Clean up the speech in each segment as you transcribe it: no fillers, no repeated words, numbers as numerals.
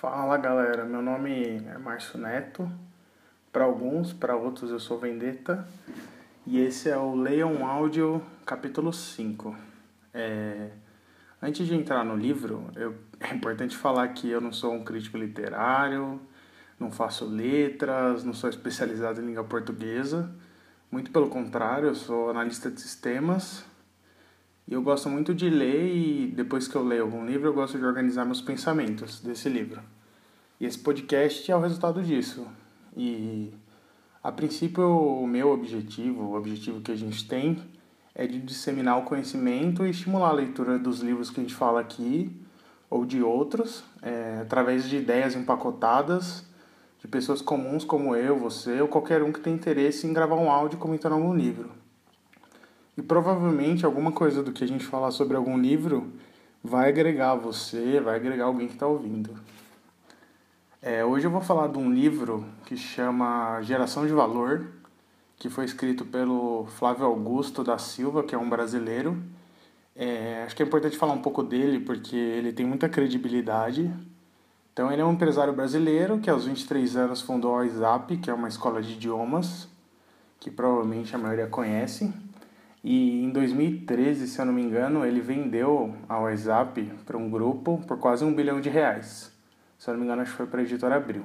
Fala galera, meu nome é Márcio Neto. Para alguns, para outros eu sou Vendetta. E esse é o Leon Áudio capítulo 5. Antes de entrar no livro, é importante falar que eu não sou um crítico literário, não faço letras, não sou especializado em língua portuguesa. Muito pelo contrário, eu sou analista de sistemas. E eu gosto muito de ler e depois que eu leio algum livro, eu gosto de organizar meus pensamentos desse livro. E esse podcast é o resultado disso. E, a princípio, o objetivo que a gente tem é de disseminar o conhecimento e estimular a leitura dos livros que a gente fala aqui ou de outros, através de ideias empacotadas de pessoas comuns como eu, você ou qualquer um que tem interesse em gravar um áudio comentando algum livro. E provavelmente alguma coisa do que a gente falar sobre algum livro vai agregar você, vai agregar alguém que está ouvindo. Hoje eu vou falar de um livro que chama Geração de Valor, que foi escrito pelo Flávio Augusto da Silva, que é um brasileiro. Acho que é importante falar um pouco dele, porque ele tem muita credibilidade. Então, ele é um empresário brasileiro que aos 23 anos fundou a WhatsApp, que é uma escola de idiomas, que provavelmente a maioria conhece. E em 2013, se eu não me engano, ele vendeu a WhatsApp para um grupo por quase R$ 1 bilhão. Se eu não me engano, acho que foi para a editora Abril.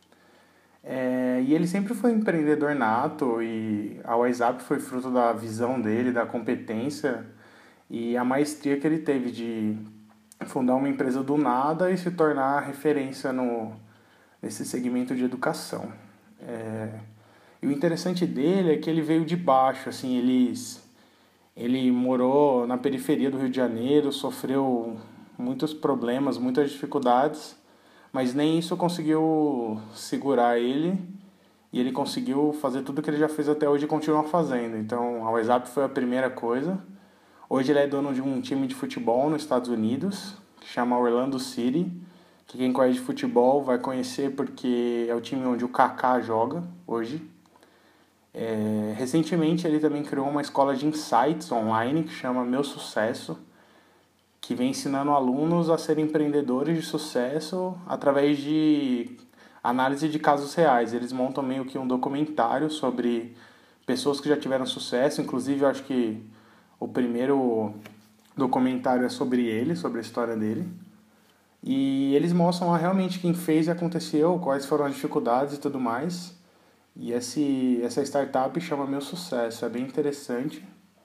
E ele sempre foi um empreendedor nato e a WhatsApp foi fruto da visão dele, da competência e a maestria que ele teve de fundar uma empresa do nada e se tornar referência nesse segmento de educação. E o interessante dele é que ele veio de baixo, assim, ele morou na periferia do Rio de Janeiro, sofreu muitos problemas, muitas dificuldades, mas nem isso conseguiu segurar ele e ele conseguiu fazer tudo que ele já fez até hoje e continua fazendo. Então, a WhatsApp foi a primeira coisa. Hoje ele é dono de um time de futebol nos Estados Unidos, que chama Orlando City, que quem conhece de futebol vai conhecer porque é o time onde o Kaká joga hoje. Recentemente ele também criou uma escola de insights online que chama Meu Sucesso, que vem ensinando alunos a serem empreendedores de sucesso através de análise de casos reais. Eles montam meio que um documentário sobre pessoas que já tiveram sucesso. Inclusive, eu acho que o primeiro documentário é sobre ele, sobre a história dele. E eles mostram realmente quem fez e aconteceu, quais foram as dificuldades e tudo mais. E essa startup chama Meu Sucesso, é bem interessante.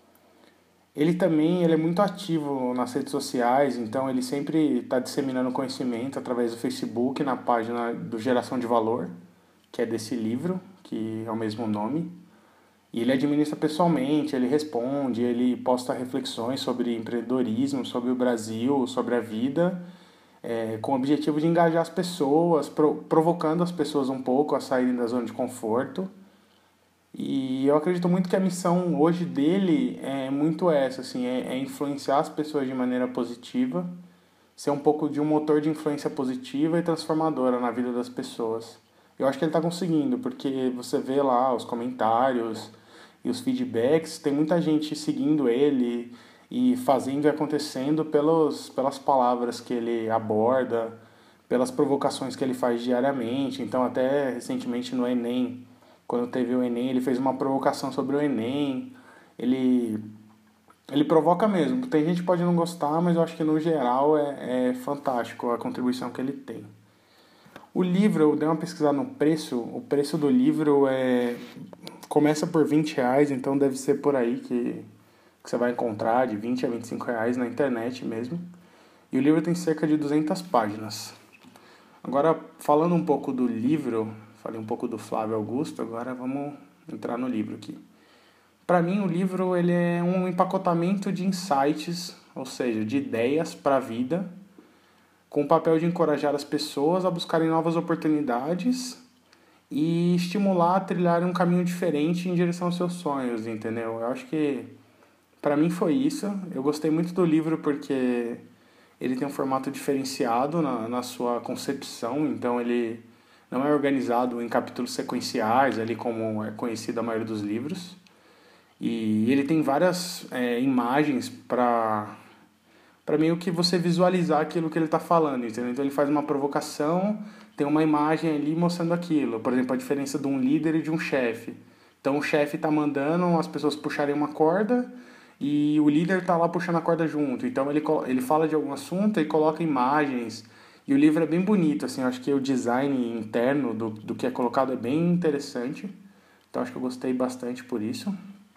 Ele é muito ativo nas redes sociais, então ele sempre está disseminando conhecimento através do Facebook, na página do Geração de Valor, que é desse livro, que é o mesmo nome. E ele administra pessoalmente, ele responde, ele posta reflexões sobre empreendedorismo, sobre o Brasil, sobre a vida, com o objetivo de engajar as pessoas, provocando as pessoas um pouco a saírem da zona de conforto. E eu acredito muito que a missão hoje dele é muito essa, assim, é influenciar as pessoas de maneira positiva, ser um pouco de um motor de influência positiva e transformadora na vida das pessoas. Eu acho que ele está conseguindo, porque você vê lá os comentários e os feedbacks, tem muita gente seguindo ele e fazendo e acontecendo pelas palavras que ele aborda, pelas provocações que ele faz diariamente. Então, até recentemente no Enem, quando teve o Enem, ele fez uma provocação sobre o Enem. Ele provoca mesmo. Tem gente que pode não gostar, mas eu acho que no geral é fantástico a contribuição que ele tem. O livro, eu dei uma pesquisada no preço. O preço do livro começa por R$ 20, então deve ser por aí que você vai encontrar, de R$ 20 a R$ 25 na internet mesmo. E o livro tem cerca de 200 páginas. Agora, falando um pouco do livro, falei um pouco do Flávio Augusto, agora vamos entrar no livro aqui. Para mim, o livro ele é um empacotamento de insights, ou seja, de ideias para a vida, com o papel de encorajar as pessoas a buscarem novas oportunidades e estimular a trilharem um caminho diferente em direção aos seus sonhos, entendeu? Eu acho que, para mim, foi isso. Eu gostei muito do livro porque ele tem um formato diferenciado na sua concepção, então ele não é organizado em capítulos sequenciais, ali como é conhecido a maioria dos livros. E ele tem várias imagens para para meio que você visualizar aquilo que ele está falando, entendeu? Então ele faz uma provocação, tem uma imagem ali mostrando aquilo. Por exemplo, a diferença de um líder e de um chefe. Então o chefe está mandando as pessoas puxarem uma corda e o líder está lá puxando a corda junto. Então ele fala de algum assunto e coloca imagens. E o livro é bem bonito, assim, eu acho que o design interno do que é colocado é bem interessante. Então acho que eu gostei bastante por isso.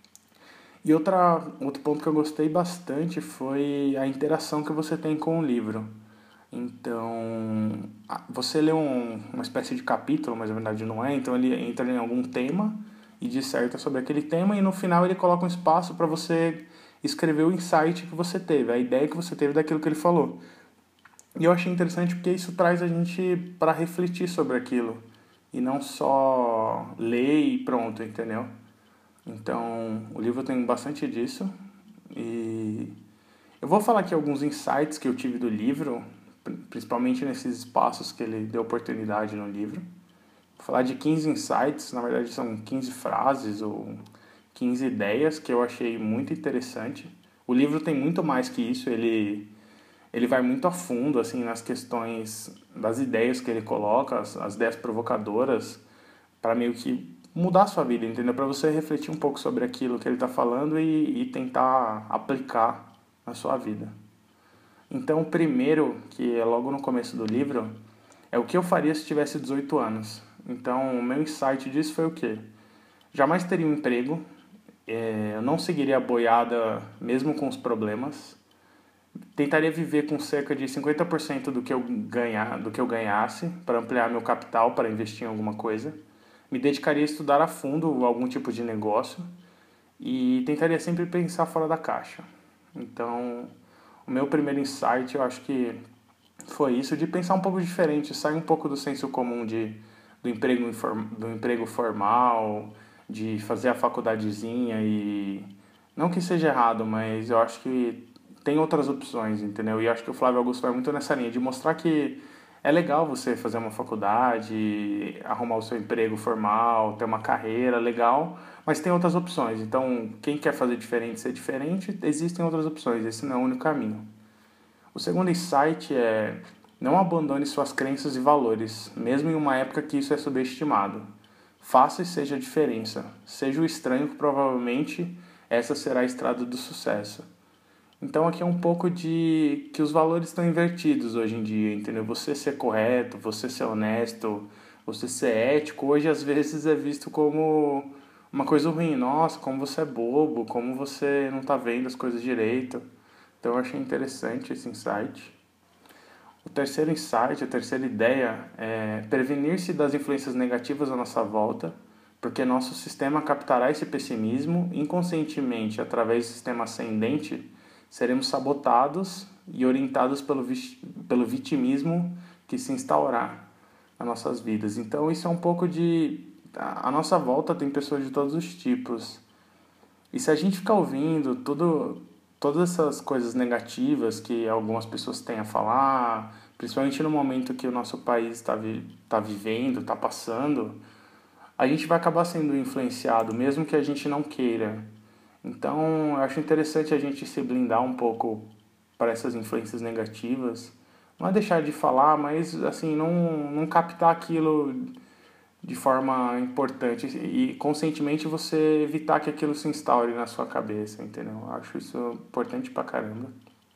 E outro ponto que eu gostei bastante foi a interação que você tem com o livro. Então, você lê uma espécie de capítulo, mas na verdade não é, então ele entra em algum tema e disserta sobre aquele tema e no final ele coloca um espaço para você escrever o insight que você teve, a ideia que você teve daquilo que ele falou. E eu achei interessante porque isso traz a gente para refletir sobre aquilo e não só ler e pronto, entendeu? Então, o livro tem bastante disso e eu vou falar aqui alguns insights que eu tive do livro, principalmente nesses espaços que ele deu oportunidade no livro. Vou falar de 15 insights, na verdade são 15 frases ou 15 ideias que eu achei muito interessante. O livro tem muito mais que isso, ele vai muito a fundo assim nas questões das ideias que ele coloca, as ideias provocadoras, para meio que mudar a sua vida, entendeu? Para você refletir um pouco sobre aquilo que ele está falando e tentar aplicar na sua vida. Então, o primeiro, que é logo no começo do livro, é o que eu faria se tivesse 18 anos. Então, o meu insight disso foi o quê? Jamais teria um emprego, eu não seguiria a boiada mesmo com os problemas, tentaria viver com cerca de 50% do que eu ganhasse para ampliar meu capital para investir em alguma coisa. Me dedicaria a estudar a fundo algum tipo de negócio e tentaria sempre pensar fora da caixa. Então, o meu primeiro insight, eu acho que foi isso, de pensar um pouco diferente, sair um pouco do senso comum do emprego formal, de fazer a faculdadezinha e... Não que seja errado, mas eu acho que tem outras opções, entendeu? E eu acho que o Flávio Augusto vai muito nessa linha, de mostrar que é legal você fazer uma faculdade, arrumar o seu emprego formal, ter uma carreira legal, mas tem outras opções. Então, quem quer fazer diferente, ser diferente, existem outras opções, esse não é o único caminho. O segundo insight é: não abandone suas crenças e valores, mesmo em uma época que isso é subestimado. Faça e seja a diferença. Seja o estranho que provavelmente essa será a estrada do sucesso. Então aqui é um pouco de que os valores estão invertidos hoje em dia, entendeu? Você ser correto, você ser honesto, você ser ético, hoje às vezes é visto como uma coisa ruim. Nossa, como você é bobo, como você não está vendo as coisas direito. Então eu achei interessante esse insight. O terceiro insight, a terceira ideia é prevenir-se das influências negativas à nossa volta, porque nosso sistema captará esse pessimismo inconscientemente através do sistema ascendente. Seremos sabotados e orientados pelo vitimismo que se instaurar nas nossas vidas. Então isso é um pouco de... A nossa volta tem pessoas de todos os tipos. E se a gente ficar ouvindo todas essas coisas negativas que algumas pessoas têm a falar, principalmente no momento que o nosso país está vivendo, está passando, a gente vai acabar sendo influenciado, mesmo que a gente não queira. Então, eu acho interessante a gente se blindar um pouco para essas influências negativas. Não é deixar de falar, mas assim, não captar aquilo de forma importante e conscientemente você evitar que aquilo se instaure na sua cabeça, entendeu? Eu acho isso importante pra caramba.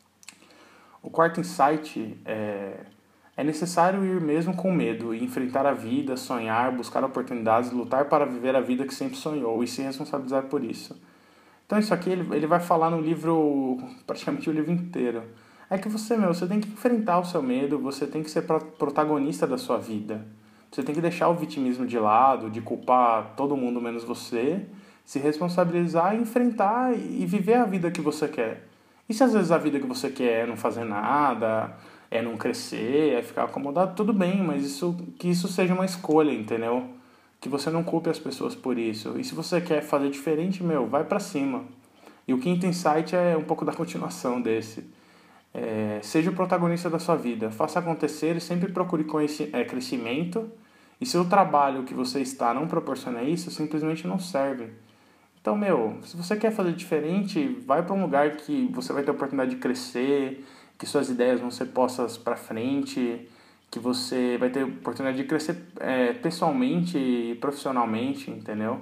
O quarto insight é necessário ir mesmo com medo e enfrentar a vida, sonhar, buscar oportunidades, lutar para viver a vida que sempre sonhou e se responsabilizar por isso. Então isso aqui ele vai falar no livro, praticamente o livro inteiro. É que você tem que enfrentar o seu medo, você tem que ser protagonista da sua vida. Você tem que deixar o vitimismo de lado, de culpar todo mundo menos você, se responsabilizar e enfrentar e viver a vida que você quer. E se às vezes a vida que você quer é não fazer nada, é não crescer, é ficar acomodado, tudo bem, mas que isso seja uma escolha, entendeu? Que você não culpe as pessoas por isso. E se você quer fazer diferente, vai pra cima. E o quinto insight é um pouco da continuação desse. Seja o protagonista da sua vida, faça acontecer e sempre procure crescimento. E se o trabalho que você está não proporciona isso, simplesmente não serve. Então, se você quer fazer diferente, vai para um lugar que você vai ter a oportunidade de crescer, que suas ideias vão ser postas para frente, que você vai ter oportunidade de crescer pessoalmente e profissionalmente, entendeu?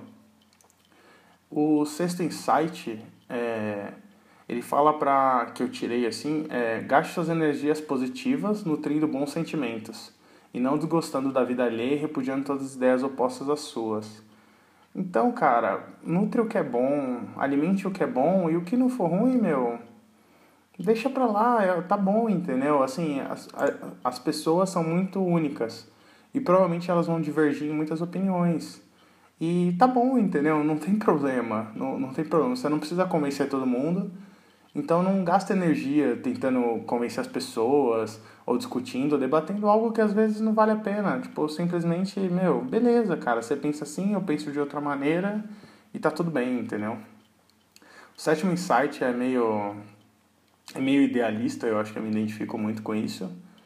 O sexto insight, ele fala que eu tirei assim, gaste suas energias positivas nutrindo bons sentimentos e não desgostando da vida alheia e repudiando todas as ideias opostas às suas. Então, cara, nutre o que é bom, alimente o que é bom e o que não for ruim, meu, deixa pra lá, tá bom, entendeu? Assim, as pessoas são muito únicas e provavelmente elas vão divergir em muitas opiniões. E tá bom, entendeu? Não tem problema, não tem problema. Você não precisa convencer todo mundo, então não gasta energia tentando convencer as pessoas, ou discutindo, ou debatendo algo que às vezes não vale a pena. Tipo, simplesmente, meu, beleza, cara, você pensa assim, eu penso de outra maneira, e tá tudo bem, entendeu? O sétimo insight é meio idealista, eu acho que eu me identifico muito com isso.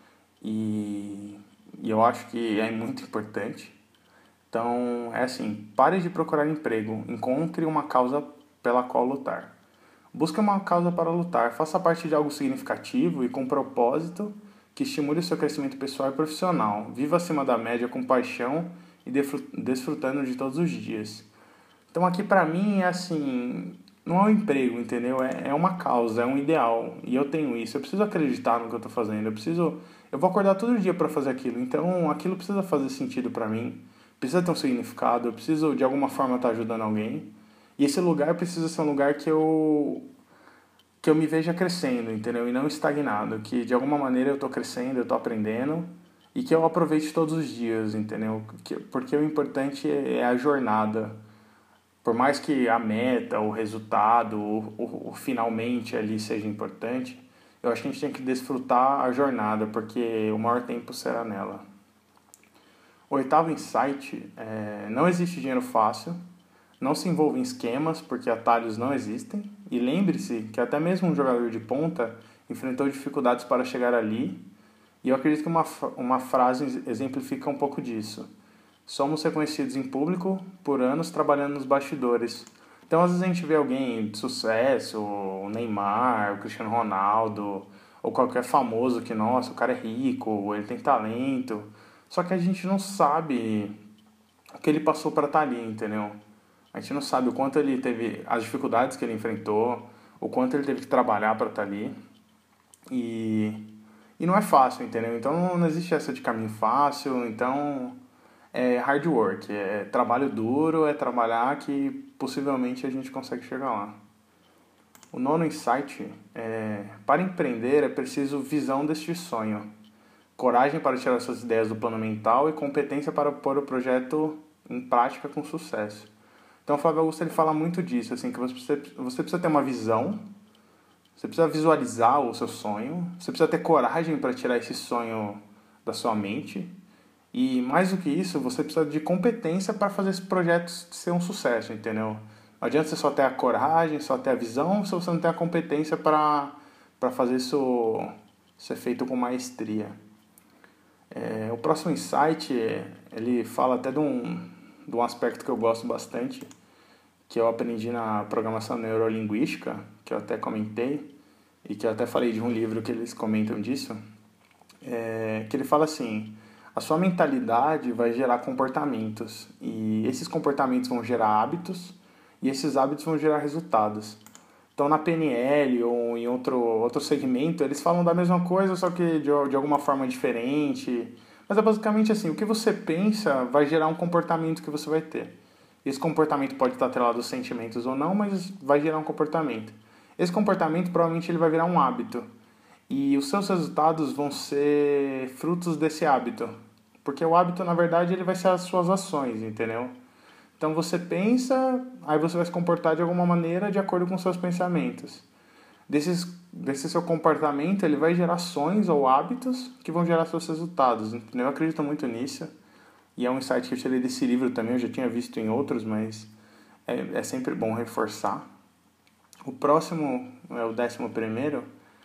E eu acho que é muito importante. Então, é assim, pare de procurar emprego, encontre uma causa pela qual lutar. Busque uma causa para lutar, faça parte de algo significativo e com propósito que estimule o seu crescimento pessoal e profissional. Viva acima da média com paixão e desfrutando de todos os dias. Então aqui pra mim é assim, não é um emprego, entendeu? É uma causa, é um ideal. E eu tenho isso, eu preciso acreditar no que eu tô fazendo, eu vou acordar todo dia para fazer aquilo. Então aquilo precisa fazer sentido pra mim, precisa ter um significado, eu preciso de alguma forma estar ajudando alguém. E esse lugar precisa ser um lugar que eu me veja crescendo, entendeu? E não estagnado, que de alguma maneira eu tô crescendo, eu tô aprendendo e que eu aproveite todos os dias, entendeu? Porque o importante é a jornada. Por mais que a meta, o resultado, o finalmente ali seja importante, eu acho que a gente tem que desfrutar a jornada, porque o maior tempo será nela. O oitavo insight não existe dinheiro fácil, não se envolva em esquemas, porque atalhos não existem, e lembre-se que até mesmo um jogador de ponta enfrentou dificuldades para chegar ali, e eu acredito que uma frase exemplifica um pouco disso. Somos reconhecidos em público por anos trabalhando nos bastidores. Então, às vezes a gente vê alguém de sucesso, o Neymar, o Cristiano Ronaldo, ou qualquer famoso que, nossa, o cara é rico, ele tem talento. Só que a gente não sabe o que ele passou para estar ali, entendeu? A gente não sabe o quanto ele teve, as dificuldades que ele enfrentou, o quanto ele teve que trabalhar para estar ali. E não é fácil, entendeu? Então não existe essa de caminho fácil, então é hard work, é trabalho duro, é trabalhar que possivelmente a gente consegue chegar lá. O nono insight para empreender é preciso visão deste sonho, coragem para tirar suas ideias do plano mental e competência para pôr o projeto em prática com sucesso. Então o Flávio Augusto ele fala muito disso, assim, que você precisa ter uma visão, você precisa visualizar o seu sonho, você precisa ter coragem para tirar esse sonho da sua mente. E mais do que isso, você precisa de competência para fazer esse projeto ser um sucesso, entendeu? Não adianta você só ter a coragem, só ter a visão, se você não tem a competência para fazer isso ser feito com maestria. O próximo insight, ele fala até de um aspecto que eu gosto bastante, que eu aprendi na programação neurolinguística, que eu até comentei, e que eu até falei de um livro que eles comentam disso, que ele fala assim: a sua mentalidade vai gerar comportamentos, e esses comportamentos vão gerar hábitos, e esses hábitos vão gerar resultados. Então, na PNL ou em outro segmento, eles falam da mesma coisa, só que de alguma forma diferente. Mas é basicamente assim, o que você pensa vai gerar um comportamento que você vai ter. Esse comportamento pode estar atrelado aos sentimentos ou não, mas vai gerar um comportamento. Esse comportamento provavelmente ele vai virar um hábito. E os seus resultados vão ser frutos desse hábito. Porque o hábito, na verdade, ele vai ser as suas ações, entendeu? Então você pensa, aí você vai se comportar de alguma maneira de acordo com seus pensamentos. Desse seu comportamento, ele vai gerar ações ou hábitos que vão gerar seus resultados, entendeu? Eu acredito muito nisso. E é um insight que eu tirei desse livro também, eu já tinha visto em outros, mas é sempre bom reforçar. O próximo, o 11º,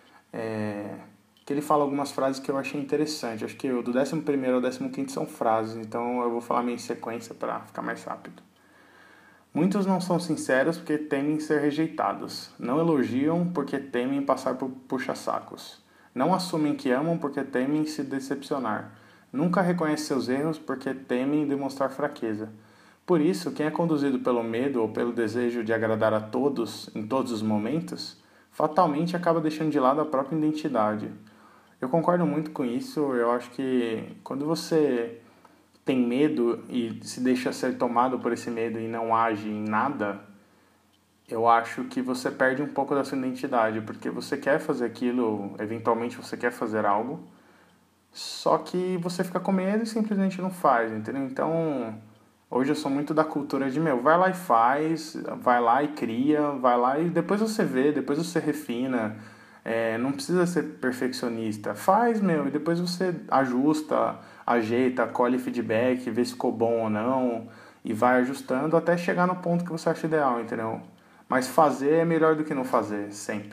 que ele fala algumas frases que eu achei interessante. Acho que o do 11º ao 15º são frases, então eu vou falar meio em sequência para ficar mais rápido. Muitos não são sinceros porque temem ser rejeitados. Não elogiam porque temem passar por puxa-sacos. Não assumem que amam porque temem se decepcionar. Nunca reconhecem seus erros porque temem demonstrar fraqueza. Por isso, quem é conduzido pelo medo ou pelo desejo de agradar a todos em todos os momentos, fatalmente acaba deixando de lado a própria identidade. Eu concordo muito com isso. Eu acho que quando você tem medo e se deixa ser tomado por esse medo e não age em nada, eu acho que você perde um pouco da sua identidade, porque você quer fazer aquilo, eventualmente você quer fazer algo, só que você fica com medo e simplesmente não faz, entendeu? Então, hoje eu sou muito da cultura de, vai lá e faz, vai lá e cria, vai lá e depois você vê, depois você refina. Não precisa ser perfeccionista. Faz, e depois você ajusta, ajeita, colhe feedback, vê se ficou bom ou não, e vai ajustando até chegar no ponto que você acha ideal, entendeu? Mas fazer é melhor do que não fazer, sempre.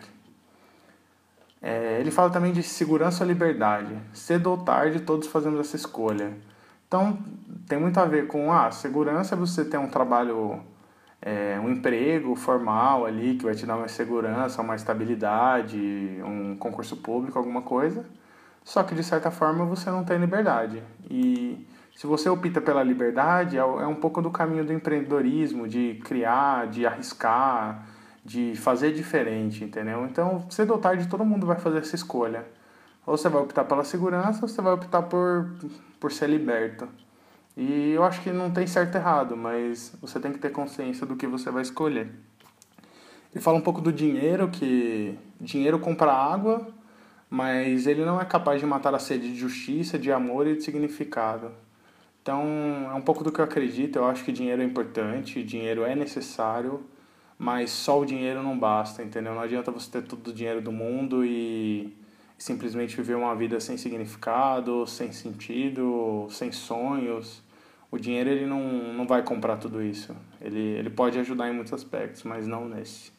Ele fala também de segurança ou liberdade. Cedo ou tarde, todos fazemos essa escolha. Então, tem muito a ver com segurança é você ter um trabalho, um emprego formal ali, que vai te dar uma segurança, uma estabilidade, um concurso público, alguma coisa. Só que, de certa forma, você não tem liberdade. E se você opta pela liberdade, é um pouco do caminho do empreendedorismo, de criar, de arriscar, de fazer diferente, entendeu? Então, cedo ou tarde, todo mundo vai fazer essa escolha. Ou você vai optar pela segurança, ou você vai optar por ser liberto. E eu acho que não tem certo e errado, mas você tem que ter consciência do que você vai escolher. Ele fala um pouco do dinheiro, que dinheiro compra água, mas ele não é capaz de matar a sede de justiça, de amor e de significado. Então, é um pouco do que eu acredito. Eu acho que dinheiro é importante, dinheiro é necessário, mas só o dinheiro não basta, entendeu? Não adianta você ter todo o dinheiro do mundo e simplesmente viver uma vida sem significado, sem sentido, sem sonhos. O dinheiro ele não vai comprar tudo isso. Ele pode ajudar em muitos aspectos, mas não nesse.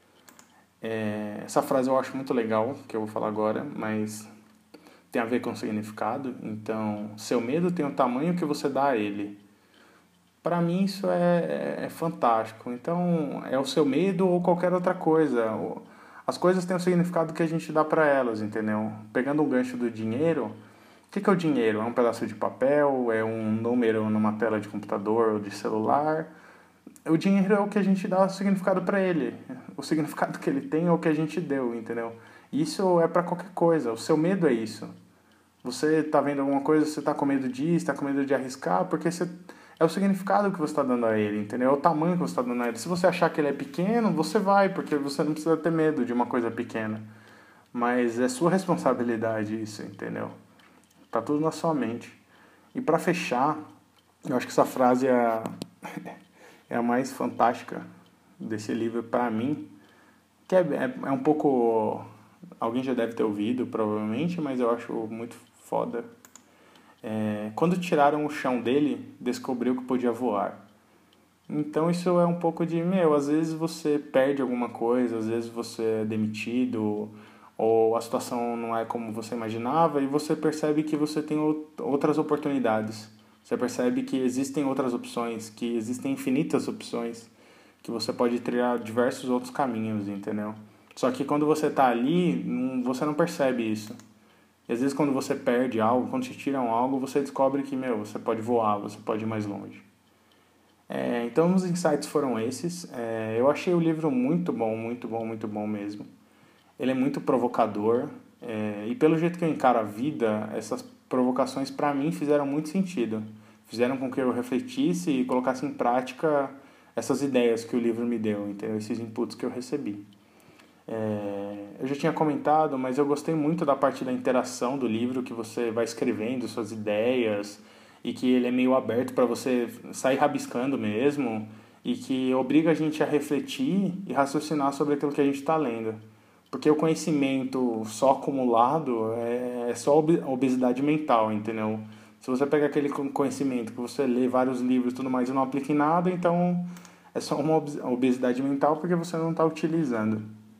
Essa frase eu acho muito legal, que eu vou falar agora, mas tem a ver com o significado. Então, seu medo tem o tamanho que você dá a ele. Para mim isso é fantástico. Então, é o seu medo ou qualquer outra coisa. As coisas têm o significado que a gente dá para elas, entendeu? Pegando o gancho do dinheiro, o que é o dinheiro? É um pedaço de papel? É um número numa tela de computador ou de celular? O dinheiro é o que a gente dá o significado para ele. O significado que ele tem é o que a gente deu, entendeu? Isso é para qualquer coisa. O seu medo é isso. Você está vendo alguma coisa, você está com medo disso, está com medo de arriscar, porque é o significado que você está dando a ele, entendeu? É o tamanho que você está dando a ele. Se você achar que ele é pequeno, você vai, porque você não precisa ter medo de uma coisa pequena. Mas é sua responsabilidade isso, entendeu? Tá tudo na sua mente. E para fechar, eu acho que essa frase é a mais fantástica desse livro para mim, que é um pouco... Alguém já deve ter ouvido, provavelmente, mas eu acho muito foda. Quando tiraram o chão dele, descobriu que podia voar. Então isso é um pouco de, às vezes você perde alguma coisa, às vezes você é demitido, ou a situação não é como você imaginava, e você percebe que você tem outras oportunidades. Você percebe que existem outras opções, que existem infinitas opções, que você pode trilhar diversos outros caminhos, entendeu? Só que quando você está ali, você não percebe isso. E às vezes quando você perde algo, quando te tiram algo, você descobre que, você pode voar, você pode ir mais longe. Então os insights foram esses. Eu achei o livro muito bom, muito bom, muito bom mesmo. Ele é muito provocador. E pelo jeito que eu encaro a vida, essas provocações para mim fizeram muito sentido. Fizeram com que eu refletisse e colocasse em prática essas ideias que o livro me deu, entendeu? Esses inputs que eu recebi. Eu já tinha comentado, mas eu gostei muito da parte da interação do livro, que você vai escrevendo suas ideias e que ele é meio aberto para você sair rabiscando mesmo e que obriga a gente a refletir e raciocinar sobre aquilo que a gente está lendo. Porque o conhecimento só acumulado é só obesidade mental, entendeu? Se você pega aquele conhecimento que você lê vários livros e tudo mais e não aplica em nada, então é só uma obesidade mental porque você não está utilizando.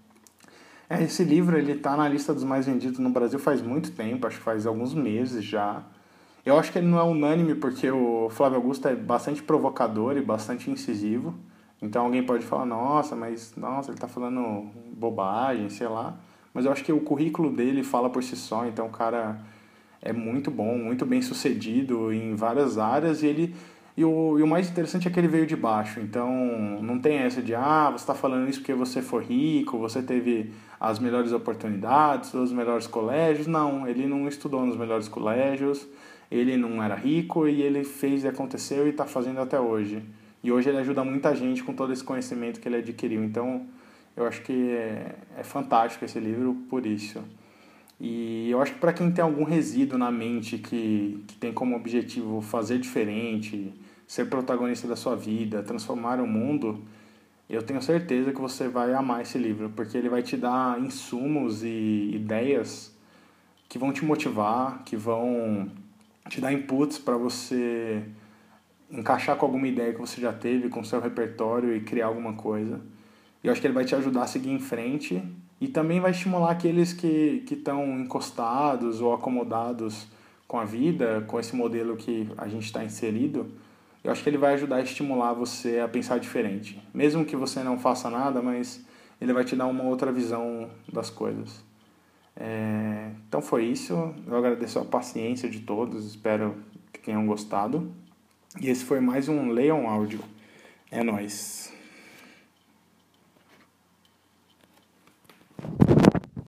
Esse livro ele está na lista dos mais vendidos no Brasil faz muito tempo, acho que faz alguns meses já. Eu acho que ele não é unânime porque o Flávio Augusto é bastante provocador e bastante incisivo. Então alguém pode falar, nossa, ele está falando bobagem, sei lá. mas eu acho que o currículo dele fala por si só, então o cara é muito bom, muito bem sucedido em várias áreas e o mais interessante é que ele veio de baixo, então não tem essa de você está falando isso porque você foi rico, você teve as melhores oportunidades, os melhores colégios. Não, ele não estudou nos melhores colégios, ele não era rico e ele fez e aconteceu e está fazendo até hoje. E hoje ele ajuda muita gente com todo esse conhecimento que ele adquiriu, então eu acho que é fantástico esse livro por isso. E eu acho que para quem tem algum resíduo na mente que tem como objetivo fazer diferente, ser protagonista da sua vida, transformar o mundo, eu tenho certeza que você vai amar esse livro, porque ele vai te dar insumos e ideias que vão te motivar, que vão te dar inputs para você encaixar com alguma ideia que você já teve, com o seu repertório e criar alguma coisa. E eu acho que ele vai te ajudar a seguir em frente e também vai estimular aqueles que estão encostados ou acomodados com a vida, com esse modelo que a gente está inserido. Eu acho que ele vai ajudar a estimular você a pensar diferente. Mesmo que você não faça nada, mas ele vai te dar uma outra visão das coisas. Então foi isso. Eu agradeço a paciência de todos, espero que tenham gostado. E esse foi mais um Leon Áudio. É nóis.